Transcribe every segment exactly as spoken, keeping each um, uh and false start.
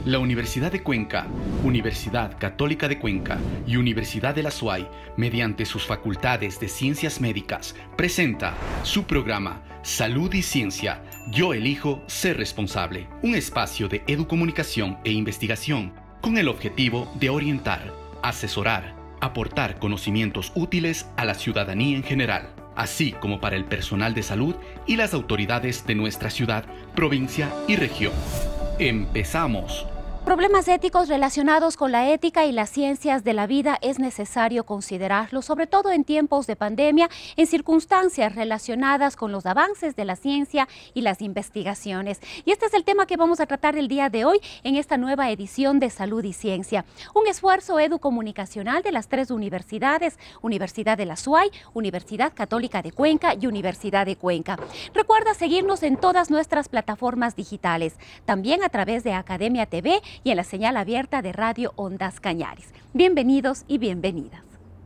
La Universidad de Cuenca, Universidad Católica de Cuenca y Universidad de la S U A Y, mediante sus facultades de Ciencias Médicas, presenta su programa Salud y Ciencia, Yo elijo ser responsable, un espacio de educomunicación e investigación con el objetivo de orientar, asesorar, aportar conocimientos útiles a la ciudadanía en general, así como para el personal de salud y las autoridades de nuestra ciudad, provincia y región. ¡Empezamos! Problemas éticos relacionados con la ética y las ciencias de la vida es necesario considerarlos, sobre todo en tiempos de pandemia, en circunstancias relacionadas con los avances de la ciencia y las investigaciones. Y este es el tema que vamos a tratar el día de hoy en esta nueva edición de Salud y Ciencia. Un esfuerzo educomunicacional de las tres universidades, Universidad de la S U A Y, Universidad Católica de Cuenca y Universidad de Cuenca. Recuerda seguirnos en todas nuestras plataformas digitales, también a través de Academia T V y en la señal abierta de Radio Ondas Cañaris. Bienvenidos y bienvenidas.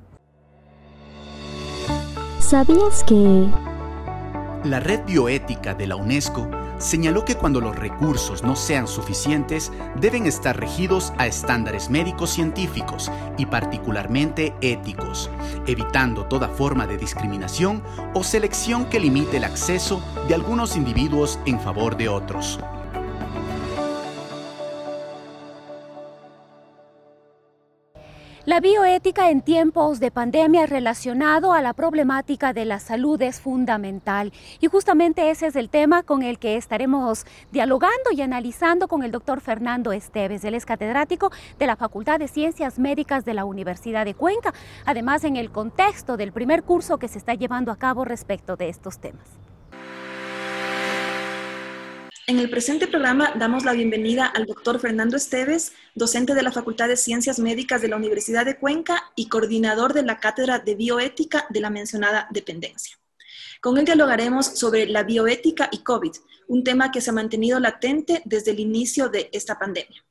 ¿Sabías que...? La Red Bioética de la UNESCO señaló que cuando los recursos no sean suficientes, deben estar regidos a estándares médicos científicos y particularmente éticos, evitando toda forma de discriminación o selección que limite el acceso de algunos individuos en favor de otros. La bioética en tiempos de pandemia relacionado a la problemática de la salud es fundamental y justamente ese es el tema con el que estaremos dialogando y analizando con el doctor Fernando Esteves. Él es catedrático de la Facultad de Ciencias Médicas de la Universidad de Cuenca, además en el contexto del primer curso que se está llevando a cabo respecto de estos temas. En el presente programa damos la bienvenida al doctor Fernando Esteves, docente de la Facultad de Ciencias Médicas de la Universidad de Cuenca y coordinador de la Cátedra de Bioética de la mencionada dependencia. Con él dialogaremos sobre la bioética y COVID, un tema que se ha mantenido latente desde el inicio de esta pandemia.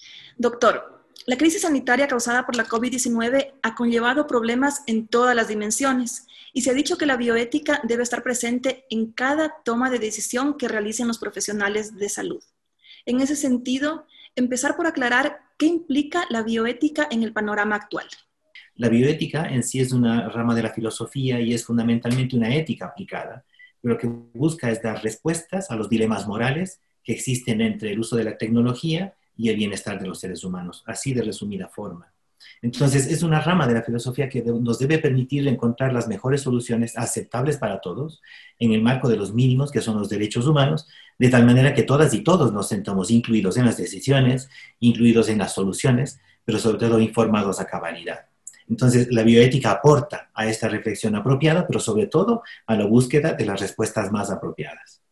Doctor, la crisis sanitaria causada por la COVID diecinueve ha conllevado problemas en todas las dimensiones y se ha dicho que la bioética debe estar presente en cada toma de decisión que realicen los profesionales de salud. En ese sentido, empezar por aclarar qué implica la bioética en el panorama actual. La bioética en sí es una rama de la filosofía y es fundamentalmente una ética aplicada. Lo que busca es dar respuestas a los dilemas morales que existen entre el uso de la tecnología y el bienestar de los seres humanos, así de resumida forma. Entonces, es una rama de la filosofía que nos debe permitir encontrar las mejores soluciones aceptables para todos en el marco de los mínimos que son los derechos humanos, de tal manera que todas y todos nos sentamos incluidos en las decisiones, incluidos en las soluciones, pero sobre todo informados a cabalidad. Entonces, la bioética aporta a esta reflexión apropiada, pero sobre todo a la búsqueda de las respuestas más apropiadas.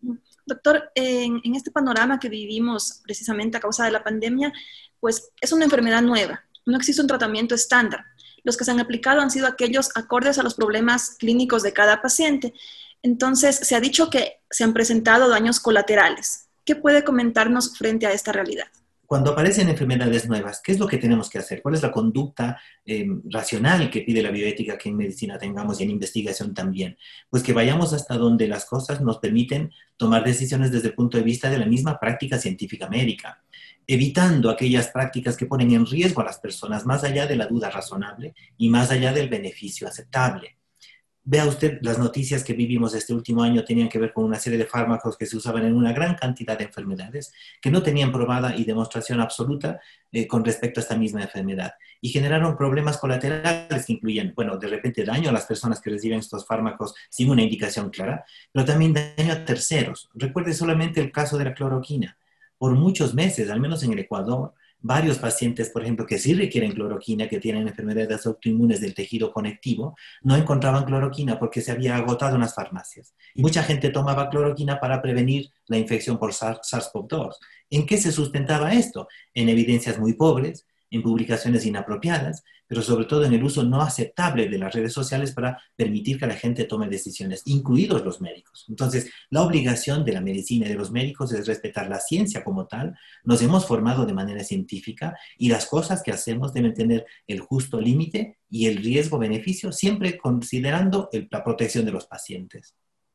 Doctor, en, en este panorama que vivimos precisamente a causa de la pandemia, pues es una enfermedad nueva. No existe un tratamiento estándar. Los que se han aplicado han sido aquellos acordes a los problemas clínicos de cada paciente. Entonces, se ha dicho que se han presentado daños colaterales. ¿Qué puede comentarnos frente a esta realidad? Cuando aparecen enfermedades nuevas, ¿qué es lo que tenemos que hacer? ¿Cuál es la conducta eh, racional que pide la bioética que en medicina tengamos y en investigación también? Pues que vayamos hasta donde las cosas nos permiten tomar decisiones desde el punto de vista de la misma práctica científica médica, evitando aquellas prácticas que ponen en riesgo a las personas más allá de la duda razonable y más allá del beneficio aceptable. Vea usted, las noticias que vivimos este último año tenían que ver con una serie de fármacos que se usaban en una gran cantidad de enfermedades que no tenían probada y demostración absoluta eh, con respecto a esta misma enfermedad y generaron problemas colaterales que incluyen, bueno, de repente daño a las personas que reciben estos fármacos sin una indicación clara, pero también daño a terceros. Recuerde solamente el caso de la cloroquina. Por muchos meses, al menos en el Ecuador, varios pacientes, por ejemplo, que sí requieren cloroquina, que tienen enfermedades autoinmunes del tejido conectivo, no encontraban cloroquina porque se había agotado en las farmacias. Y mucha gente tomaba cloroquina para prevenir la infección por SARS CoV dos. ¿En qué se sustentaba esto? En evidencias muy pobres, en publicaciones inapropiadas, pero sobre todo en el uso no aceptable de las redes sociales para permitir que la gente tome decisiones, incluidos los médicos. Entonces, la obligación de la medicina y de los médicos es respetar la ciencia como tal. Nos hemos formado de manera científica y las cosas que hacemos deben tener el justo límite y el riesgo-beneficio, siempre considerando el, la protección de los pacientes.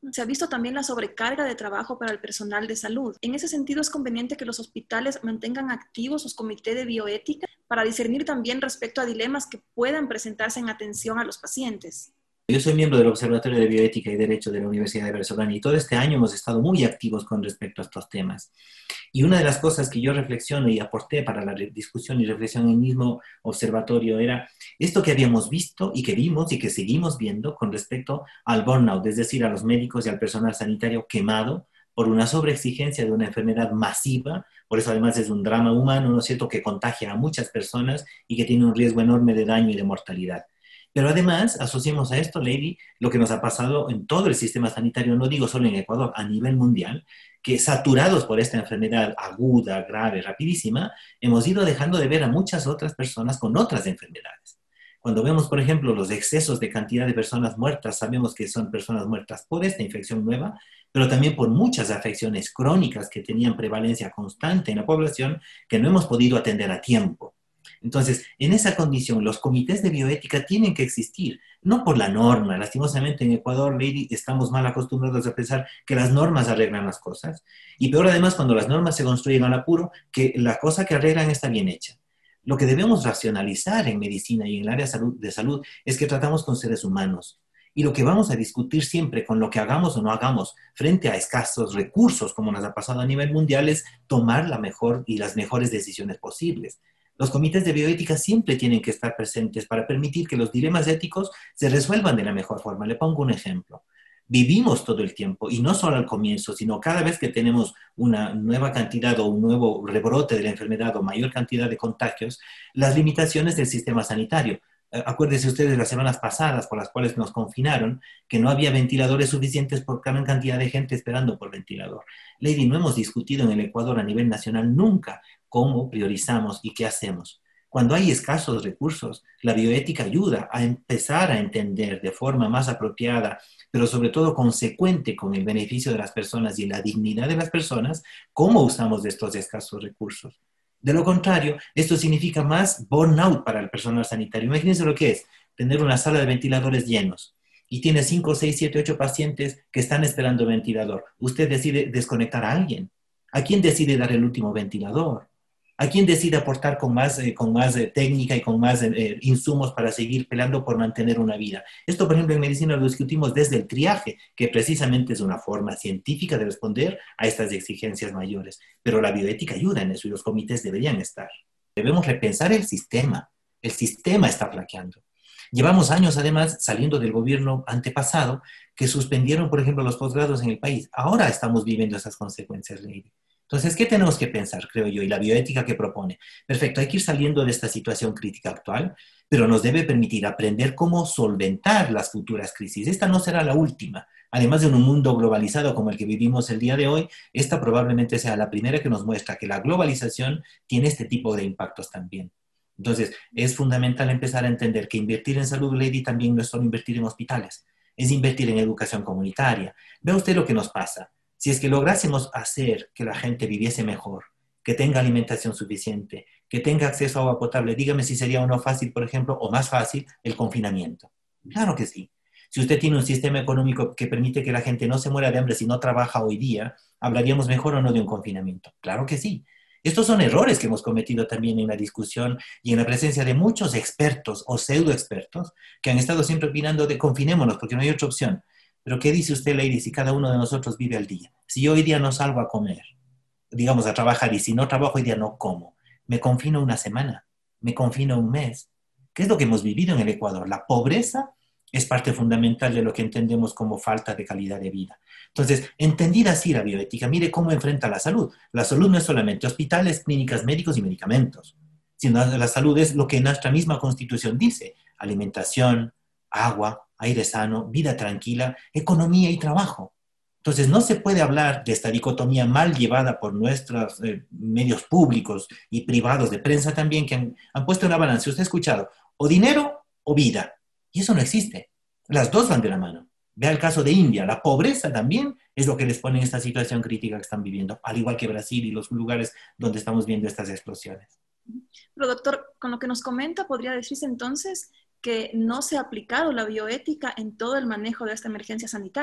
Se ha visto también la sobrecarga de trabajo para el personal de salud. En ese sentido, es conveniente que los hospitales mantengan activos sus comités de bioética para discernir también respecto a dilemas que puedan presentarse en atención a los pacientes. Yo soy miembro del Observatorio de Bioética y Derecho de la Universidad de Barcelona y todo este año hemos estado muy activos con respecto a estos temas. Y una de las cosas que yo reflexiono y aporté para la discusión y reflexión en el mismo observatorio era esto que habíamos visto y que vimos y que seguimos viendo con respecto al burnout, es decir, a los médicos y al personal sanitario quemado por una sobreexigencia de una enfermedad masiva. Por eso además es un drama humano, ¿no es cierto?, que contagia a muchas personas y que tiene un riesgo enorme de daño y de mortalidad. Pero además, asociemos a esto, Lady, lo que nos ha pasado en todo el sistema sanitario, no digo solo en Ecuador, a nivel mundial, que saturados por esta enfermedad aguda, grave, rapidísima, hemos ido dejando de ver a muchas otras personas con otras enfermedades. Cuando vemos, por ejemplo, los excesos de cantidad de personas muertas, sabemos que son personas muertas por esta infección nueva, pero también por muchas afecciones crónicas que tenían prevalencia constante en la población que no hemos podido atender a tiempo. Entonces, en esa condición, los comités de bioética tienen que existir, no por la norma. Lastimosamente en Ecuador, Lady, estamos mal acostumbrados a pensar que las normas arreglan las cosas. Y peor además cuando las normas se construyen al apuro, que la cosa que arreglan está bien hecha. Lo que debemos racionalizar en medicina y en el área de salud es que tratamos con seres humanos. Y lo que vamos a discutir siempre con lo que hagamos o no hagamos frente a escasos recursos, como nos ha pasado a nivel mundial, es tomar la mejor y las mejores decisiones posibles. Los comités de bioética siempre tienen que estar presentes para permitir que los dilemas éticos se resuelvan de la mejor forma. Le pongo un ejemplo. Vivimos todo el tiempo, y no solo al comienzo, sino cada vez que tenemos una nueva cantidad o un nuevo rebrote de la enfermedad o mayor cantidad de contagios, las limitaciones del sistema sanitario. Acuérdense ustedes las semanas pasadas por las cuales nos confinaron, que no había ventiladores suficientes por gran cantidad de gente esperando por ventilador. Lady, no hemos discutido en el Ecuador a nivel nacional nunca cómo priorizamos y qué hacemos. Cuando hay escasos recursos, la bioética ayuda a empezar a entender de forma más apropiada, pero sobre todo consecuente con el beneficio de las personas y la dignidad de las personas, cómo usamos de estos escasos recursos. De lo contrario, esto significa más burnout para el personal sanitario. Imagínense lo que es tener una sala de ventiladores llenos y tiene cinco, seis, siete, ocho pacientes que están esperando ventilador. Usted decide desconectar a alguien. ¿A quién decide dar el último ventilador? ¿A quién decide aportar con más, eh, con más eh, técnica y con más eh, insumos para seguir peleando por mantener una vida? Esto, por ejemplo, en medicina lo discutimos desde el triaje, que precisamente es una forma científica de responder a estas exigencias mayores. Pero la bioética ayuda en eso y los comités deberían estar. Debemos repensar el sistema. El sistema está flaqueando. Llevamos años, además, saliendo del gobierno antepasado, que suspendieron, por ejemplo, los posgrados en el país. Ahora estamos viviendo esas consecuencias, Lady. Entonces, ¿qué tenemos que pensar, creo yo? Y la bioética que propone. Perfecto, hay que ir saliendo de esta situación crítica actual, pero nos debe permitir aprender cómo solventar las futuras crisis. Esta no será la última. Además de un mundo globalizado como el que vivimos el día de hoy, esta probablemente sea la primera que nos muestra que la globalización tiene este tipo de impactos también. Entonces, es fundamental empezar a entender que invertir en salud, Lady, también no es solo invertir en hospitales, es invertir en educación comunitaria. Vea usted lo que nos pasa. Si es que lográsemos hacer que la gente viviese mejor, que tenga alimentación suficiente, que tenga acceso a agua potable, dígame si sería o no fácil, por ejemplo, o más fácil, el confinamiento. Claro que sí. Si usted tiene un sistema económico que permite que la gente no se muera de hambre si no trabaja hoy día, ¿hablaríamos mejor o no de un confinamiento? Claro que sí. Estos son errores que hemos cometido también en la discusión y en la presencia de muchos expertos o pseudoexpertos que han estado siempre opinando de confinémonos porque no hay otra opción. Pero ¿qué dice usted, Lady, si cada uno de nosotros vive al día? Si yo hoy día no salgo a comer, digamos a trabajar, y si no trabajo hoy día no como, me confino una semana, me confino un mes. ¿Qué es lo que hemos vivido en el Ecuador? La pobreza es parte fundamental de lo que entendemos como falta de calidad de vida. Entonces, entendida así la bioética, mire cómo enfrenta la salud. La salud no es solamente hospitales, clínicas, médicos y medicamentos, sino la salud es lo que nuestra misma Constitución dice: alimentación, agua, aire sano, vida tranquila, economía y trabajo. Entonces, no se puede hablar de esta dicotomía mal llevada por nuestros eh, medios públicos y privados de prensa también, que han, han puesto una balanza. Usted ha escuchado, o dinero o vida. Y eso no existe. Las dos van de la mano. Vea el caso de India. La pobreza también es lo que les pone en esta situación crítica que están viviendo, al igual que Brasil y los lugares donde estamos viendo estas explosiones. Pero doctor, con lo que nos comenta, ¿podría decirse entonces que no se ha aplicado la bioética en todo el manejo de esta emergencia sanitaria?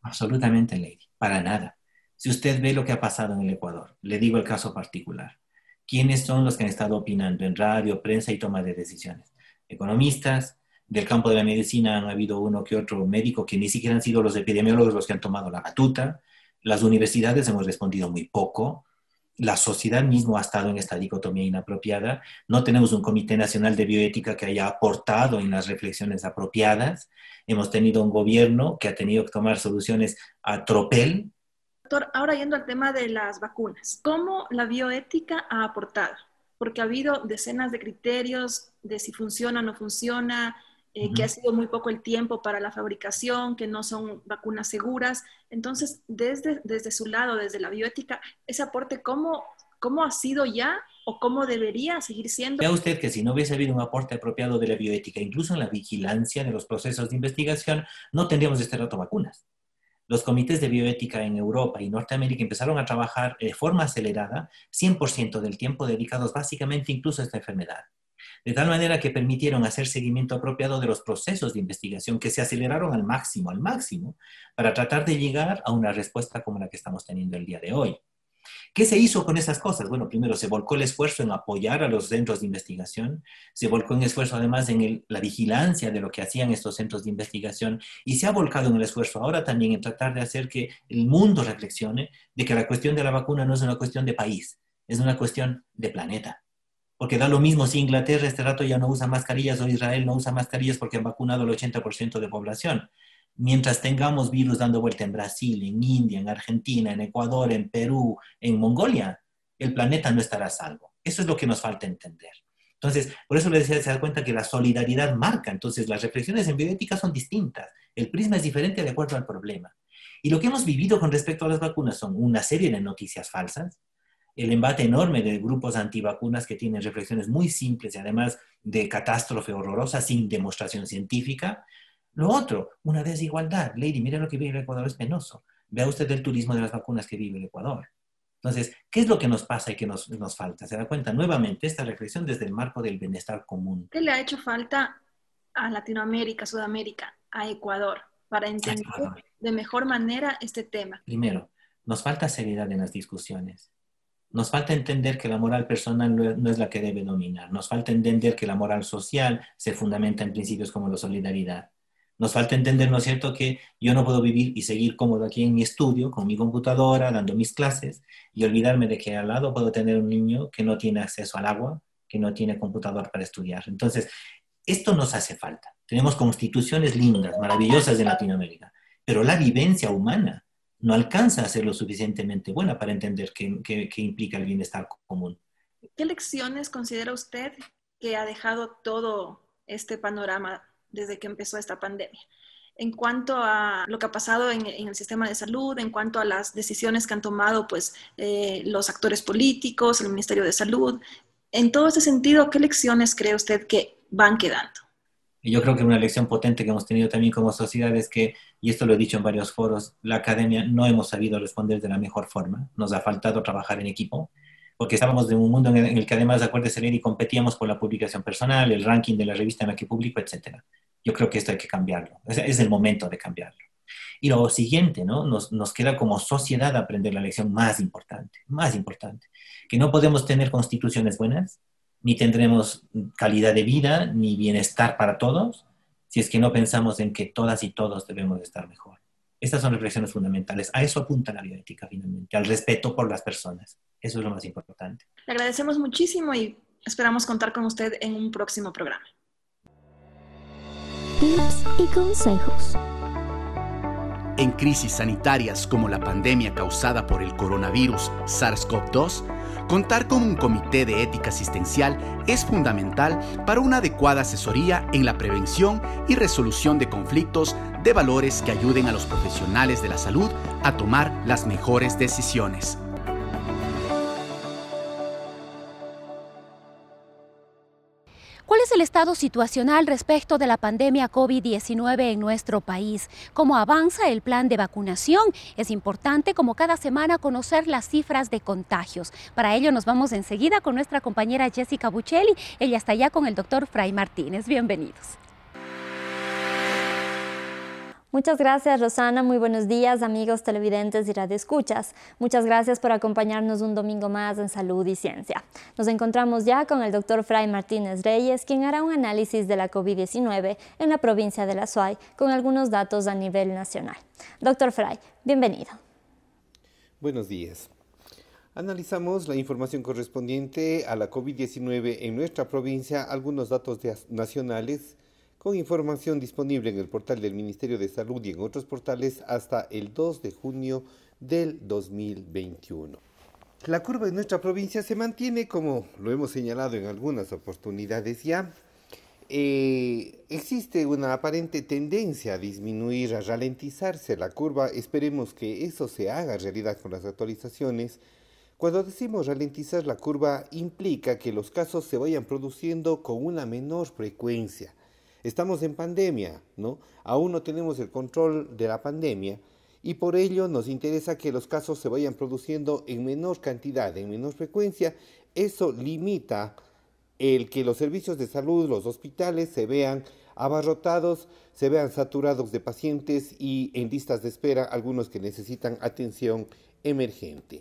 Absolutamente, Lady, para nada. Si usted ve lo que ha pasado en el Ecuador, le digo el caso particular. ¿Quiénes son los que han estado opinando en radio, prensa y toma de decisiones? Economistas. Del campo de la medicina han habido uno que otro médico que ni siquiera han sido los epidemiólogos los que han tomado la batuta. Las universidades hemos respondido muy poco. La sociedad misma ha estado en esta dicotomía inapropiada. No tenemos un Comité Nacional de Bioética que haya aportado en las reflexiones apropiadas. Hemos tenido un gobierno que ha tenido que tomar soluciones a tropel. Doctor, ahora yendo al tema de las vacunas, ¿cómo la bioética ha aportado? Porque ha habido decenas de criterios de si funciona o no funciona, eh, uh-huh. que ha sido muy poco el tiempo para la fabricación, que no son vacunas seguras. Entonces, desde, desde su lado, desde la bioética, ese aporte, ¿cómo, cómo ha sido ya o cómo debería seguir siendo? Vea usted que si no hubiese habido un aporte apropiado de la bioética, incluso en la vigilancia de los procesos de investigación, no tendríamos este rato vacunas. Los comités de bioética en Europa y Norteamérica empezaron a trabajar de forma acelerada, cien por ciento del tiempo dedicados básicamente incluso a esta enfermedad. De tal manera que permitieron hacer seguimiento apropiado de los procesos de investigación que se aceleraron al máximo, al máximo, para tratar de llegar a una respuesta como la que estamos teniendo el día de hoy. ¿Qué se hizo con esas cosas? Bueno, primero se volcó el esfuerzo en apoyar a los centros de investigación, se volcó el esfuerzo además en el, la vigilancia de lo que hacían estos centros de investigación y se ha volcado en el esfuerzo ahora también en tratar de hacer que el mundo reflexione de que la cuestión de la vacuna no es una cuestión de país, es una cuestión de planeta. Porque da lo mismo si Inglaterra este rato ya no usa mascarillas o Israel no usa mascarillas porque han vacunado al ochenta por ciento de población. Mientras tengamos virus dando vuelta en Brasil, en India, en Argentina, en Ecuador, en Perú, en Mongolia, el planeta no estará a salvo. Eso es lo que nos falta entender. Entonces, por eso les decía, se da cuenta que la solidaridad marca. Entonces, las reflexiones en bioética son distintas. El prisma es diferente de acuerdo al problema. Y lo que hemos vivido con respecto a las vacunas son una serie de noticias falsas, el embate enorme de grupos antivacunas que tienen reflexiones muy simples y además de catástrofe horrorosa sin demostración científica. Lo otro, una desigualdad. Lady, mira lo que vive el Ecuador, es penoso. Vea usted el turismo de las vacunas que vive el Ecuador. Entonces, ¿qué es lo que nos pasa y qué nos, nos falta? Se da cuenta nuevamente esta reflexión desde el marco del bienestar común. ¿Qué le ha hecho falta a Latinoamérica, Sudamérica, a Ecuador, para entender Ecuador. de mejor manera este tema? Primero, nos falta seriedad en las discusiones. Nos falta entender que la moral personal no es la que debe dominar. Nos falta entender que la moral social se fundamenta en principios como la solidaridad. Nos falta entender, ¿no es cierto?, que yo no puedo vivir y seguir cómodo aquí en mi estudio, con mi computadora, dando mis clases, y olvidarme de que al lado puedo tener un niño que no tiene acceso al agua, que no tiene computador para estudiar. Entonces, esto nos hace falta. Tenemos constituciones lindas, maravillosas en Latinoamérica, pero la vivencia humana no alcanza a ser lo suficientemente buena para entender qué, qué, qué implica el bienestar común. ¿Qué lecciones considera usted que ha dejado todo este panorama desde que empezó esta pandemia? En cuanto a lo que ha pasado en, en el sistema de salud, en cuanto a las decisiones que han tomado pues, eh, los actores políticos, el Ministerio de Salud, en todo ese sentido, ¿qué lecciones cree usted que van quedando? Yo creo que una lección potente que hemos tenido también como sociedad es que, y esto lo he dicho en varios foros, la academia no hemos sabido responder de la mejor forma. Nos ha faltado trabajar en equipo, porque estábamos en un mundo en el que además, acuérdese, y competíamos por la publicación personal, el ranking de la revista en la que publico, etcétera. Yo creo que esto hay que cambiarlo. Es, es el momento de cambiarlo. Y lo siguiente, ¿no? Nos, nos queda como sociedad aprender la lección más importante, más importante, que no podemos tener constituciones buenas, ni tendremos calidad de vida, ni bienestar para todos, si es que no pensamos en que todas y todos debemos estar mejor. Estas son reflexiones fundamentales. A eso apunta la bioética finalmente, al respeto por las personas. Eso es lo más importante. Le agradecemos muchísimo y esperamos contar con usted en un próximo programa. Tips y consejos. En crisis sanitarias como la pandemia causada por el coronavirus SARS CoV dos, contar con un comité de ética asistencial es fundamental para una adecuada asesoría en la prevención y resolución de conflictos de valores que ayuden a los profesionales de la salud a tomar las mejores decisiones. ¿Cuál es el estado situacional respecto de la pandemia COVID diecinueve en nuestro país? ¿Cómo avanza el plan de vacunación? Es importante, como cada semana, conocer las cifras de contagios. Para ello nos vamos enseguida con nuestra compañera Jessica Buccelli. Ella está allá con el doctor Fray Martínez. Bienvenidos. Muchas gracias, Rosana. Muy buenos días, amigos televidentes y radioescuchas. Muchas gracias por acompañarnos un domingo más en Salud y Ciencia. Nos encontramos ya con el doctor Fray Martínez Reyes, quien hará un análisis de la COVID diecinueve en la provincia de La Azuay con algunos datos a nivel nacional. Doctor Fray, bienvenido. Buenos días. Analizamos la información correspondiente a la COVID diecinueve en nuestra provincia, algunos datos de, nacionales, con información disponible en el portal del Ministerio de Salud y en otros portales hasta el dos de junio del dos mil veintiuno. La curva en nuestra provincia se mantiene, como lo hemos señalado en algunas oportunidades ya. Eh, existe una aparente tendencia a disminuir, a ralentizarse la curva. Esperemos que eso se haga realidad con las actualizaciones. Cuando decimos ralentizar la curva, implica que los casos se vayan produciendo con una menor frecuencia. Estamos en pandemia, ¿no? Aún no tenemos el control de la pandemia y por ello nos interesa que los casos se vayan produciendo en menor cantidad, en menor frecuencia. Eso limita el que los servicios de salud, los hospitales, se vean abarrotados, se vean saturados de pacientes y en listas de espera algunos que necesitan atención emergente.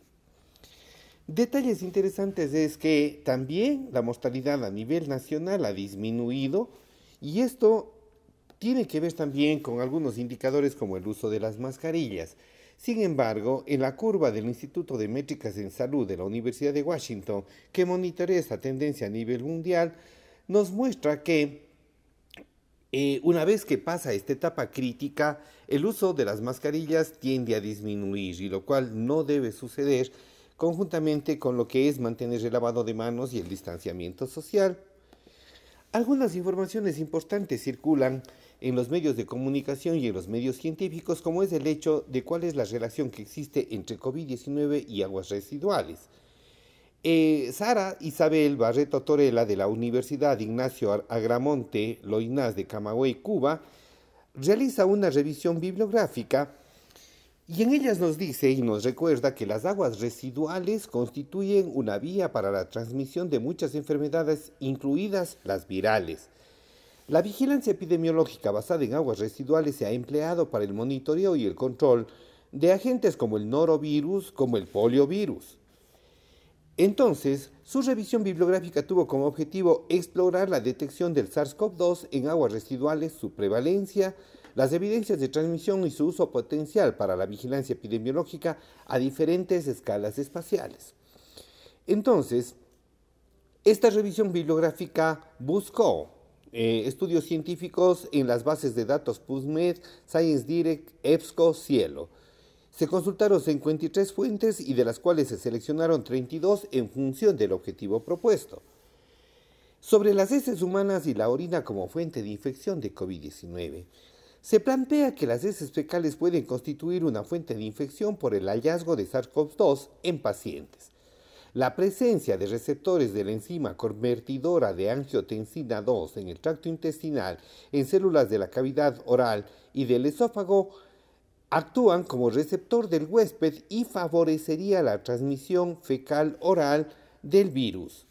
Detalles interesantes es que también la mortalidad a nivel nacional ha disminuido. Y esto tiene que ver también con algunos indicadores como el uso de las mascarillas. Sin embargo, en la curva del Instituto de Métricas en Salud de la Universidad de Washington, que monitorea esta tendencia a nivel mundial, nos muestra que eh, una vez que pasa esta etapa crítica, el uso de las mascarillas tiende a disminuir, y lo cual no debe suceder conjuntamente con lo que es mantener el lavado de manos y el distanciamiento social. Algunas informaciones importantes circulan en los medios de comunicación y en los medios científicos, como es el hecho de cuál es la relación que existe entre COVID diecinueve y aguas residuales. Eh, Sara Isabel Barreto Torella, de la Universidad Ignacio Agramonte Loinás de Camagüey, Cuba, realiza una revisión bibliográfica y en ellas nos dice y nos recuerda que las aguas residuales constituyen una vía para la transmisión de muchas enfermedades, incluidas las virales. La vigilancia epidemiológica basada en aguas residuales se ha empleado para el monitoreo y el control de agentes como el norovirus, como el poliovirus. Entonces, su revisión bibliográfica tuvo como objetivo explorar la detección del SARS-CoV dos en aguas residuales, su prevalencia, las evidencias de transmisión y su uso potencial para la vigilancia epidemiológica a diferentes escalas espaciales. Entonces, esta revisión bibliográfica buscó eh, estudios científicos en las bases de datos PubMed, ScienceDirect, EBSCO, Cielo. Se consultaron cincuenta y tres fuentes y de las cuales se seleccionaron treinta y dos en función del objetivo propuesto. Sobre las heces humanas y la orina como fuente de infección de COVID diecinueve, se plantea que las heces fecales pueden constituir una fuente de infección por el hallazgo de SARS-CoV dos en pacientes. La presencia de receptores de la enzima convertidora de angiotensina dos en el tracto intestinal, en células de la cavidad oral y del esófago, actúan como receptor del huésped y favorecería la transmisión fecal oral del virus.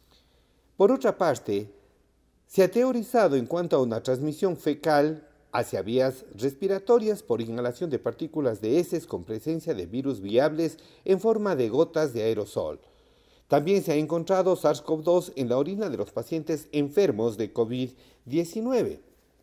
Por otra parte, se ha teorizado en cuanto a una transmisión fecal hacia vías respiratorias por inhalación de partículas de heces con presencia de virus viables en forma de gotas de aerosol. También se ha encontrado SARS-CoV dos en la orina de los pacientes enfermos de COVID diecinueve.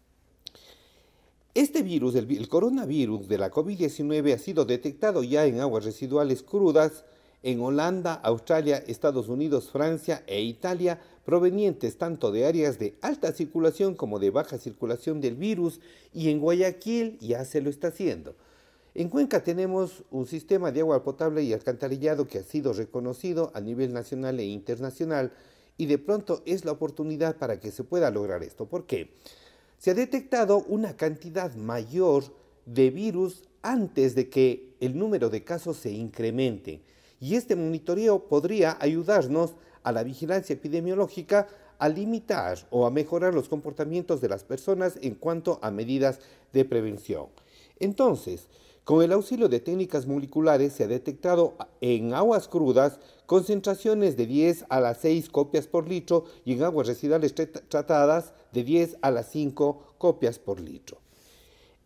Este virus, el, el coronavirus de la COVID diecinueve, ha sido detectado ya en aguas residuales crudas en Holanda, Australia, Estados Unidos, Francia e Italia, provenientes tanto de áreas de alta circulación como de baja circulación del virus, y en Guayaquil ya se lo está haciendo. En Cuenca tenemos un sistema de agua potable y alcantarillado que ha sido reconocido a nivel nacional e internacional, y de pronto es la oportunidad para que se pueda lograr esto. ¿Por qué? Se ha detectado una cantidad mayor de virus antes de que el número de casos se incremente. Y este monitoreo podría ayudarnos a la vigilancia epidemiológica a limitar o a mejorar los comportamientos de las personas en cuanto a medidas de prevención. Entonces, con el auxilio de técnicas moleculares se ha detectado en aguas crudas concentraciones de diez a las seis copias por litro y en aguas residuales tratadas de diez a las cinco copias por litro.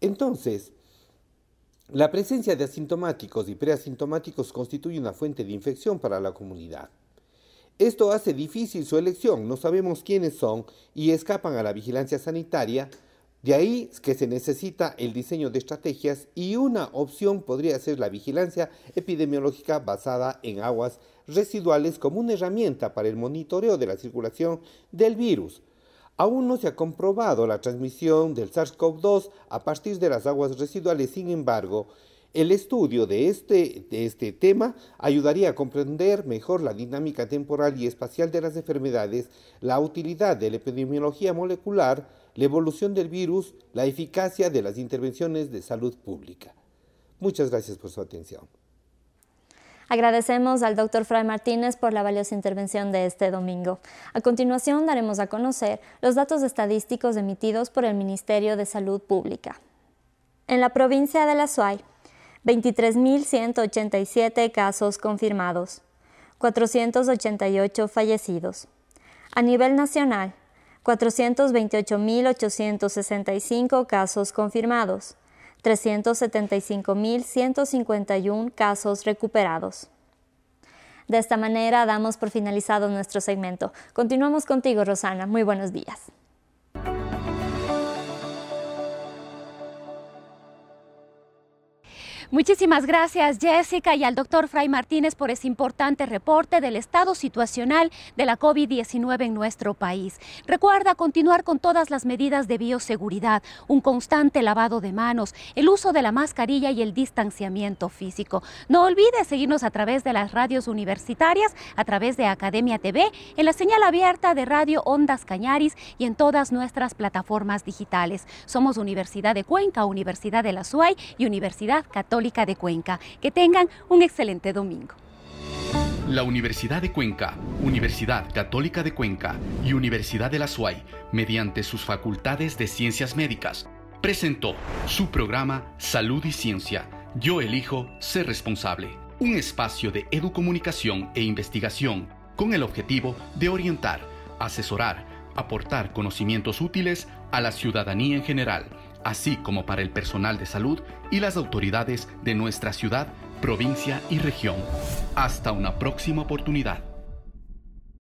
Entonces, la presencia de asintomáticos y preasintomáticos constituye una fuente de infección para la comunidad. Esto hace difícil su elección, no sabemos quiénes son y escapan a la vigilancia sanitaria. De ahí que se necesita el diseño de estrategias y una opción podría ser la vigilancia epidemiológica basada en aguas residuales como una herramienta para el monitoreo de la circulación del virus. Aún no se ha comprobado la transmisión del SARS CoV dos a partir de las aguas residuales, sin embargo, el estudio de este, de este tema ayudaría a comprender mejor la dinámica temporal y espacial de las enfermedades, la utilidad de la epidemiología molecular, la evolución del virus, la eficacia de las intervenciones de salud pública. Muchas gracias por su atención. Agradecemos al doctor Fray Martínez por la valiosa intervención de este domingo. A continuación daremos a conocer los datos estadísticos emitidos por el Ministerio de Salud Pública. En la provincia de La Suay, veintitrés mil ciento ochenta y siete casos confirmados, cuatrocientos ochenta y ocho fallecidos. A nivel nacional, cuatrocientos veintiocho mil ochocientos sesenta y cinco casos confirmados, trescientos setenta y cinco mil ciento cincuenta y uno casos recuperados. De esta manera damos por finalizado nuestro segmento. Continuamos contigo, Rosana. Muy buenos días. Muchísimas gracias, Jessica, y al doctor Fray Martínez por ese importante reporte del estado situacional de la COVID diecinueve en nuestro país. Recuerda continuar con todas las medidas de bioseguridad, un constante lavado de manos, el uso de la mascarilla y el distanciamiento físico. No olvides seguirnos a través de las radios universitarias, a través de Academia T V, en la señal abierta de Radio Ondas Cañaris y en todas nuestras plataformas digitales. Somos Universidad de Cuenca, Universidad de La Suay y Universidad Católica de Cuenca. Que tengan un excelente domingo. La Universidad de Cuenca, Universidad Católica de Cuenca y Universidad de La Suay, mediante sus facultades de Ciencias Médicas, presentó su programa Salud y Ciencia. Yo elijo ser responsable. Un espacio de educomunicación e investigación con el objetivo de orientar, asesorar, aportar conocimientos útiles a la ciudadanía en general, así como para el personal de salud y las autoridades de nuestra ciudad, provincia y región. Hasta una próxima oportunidad.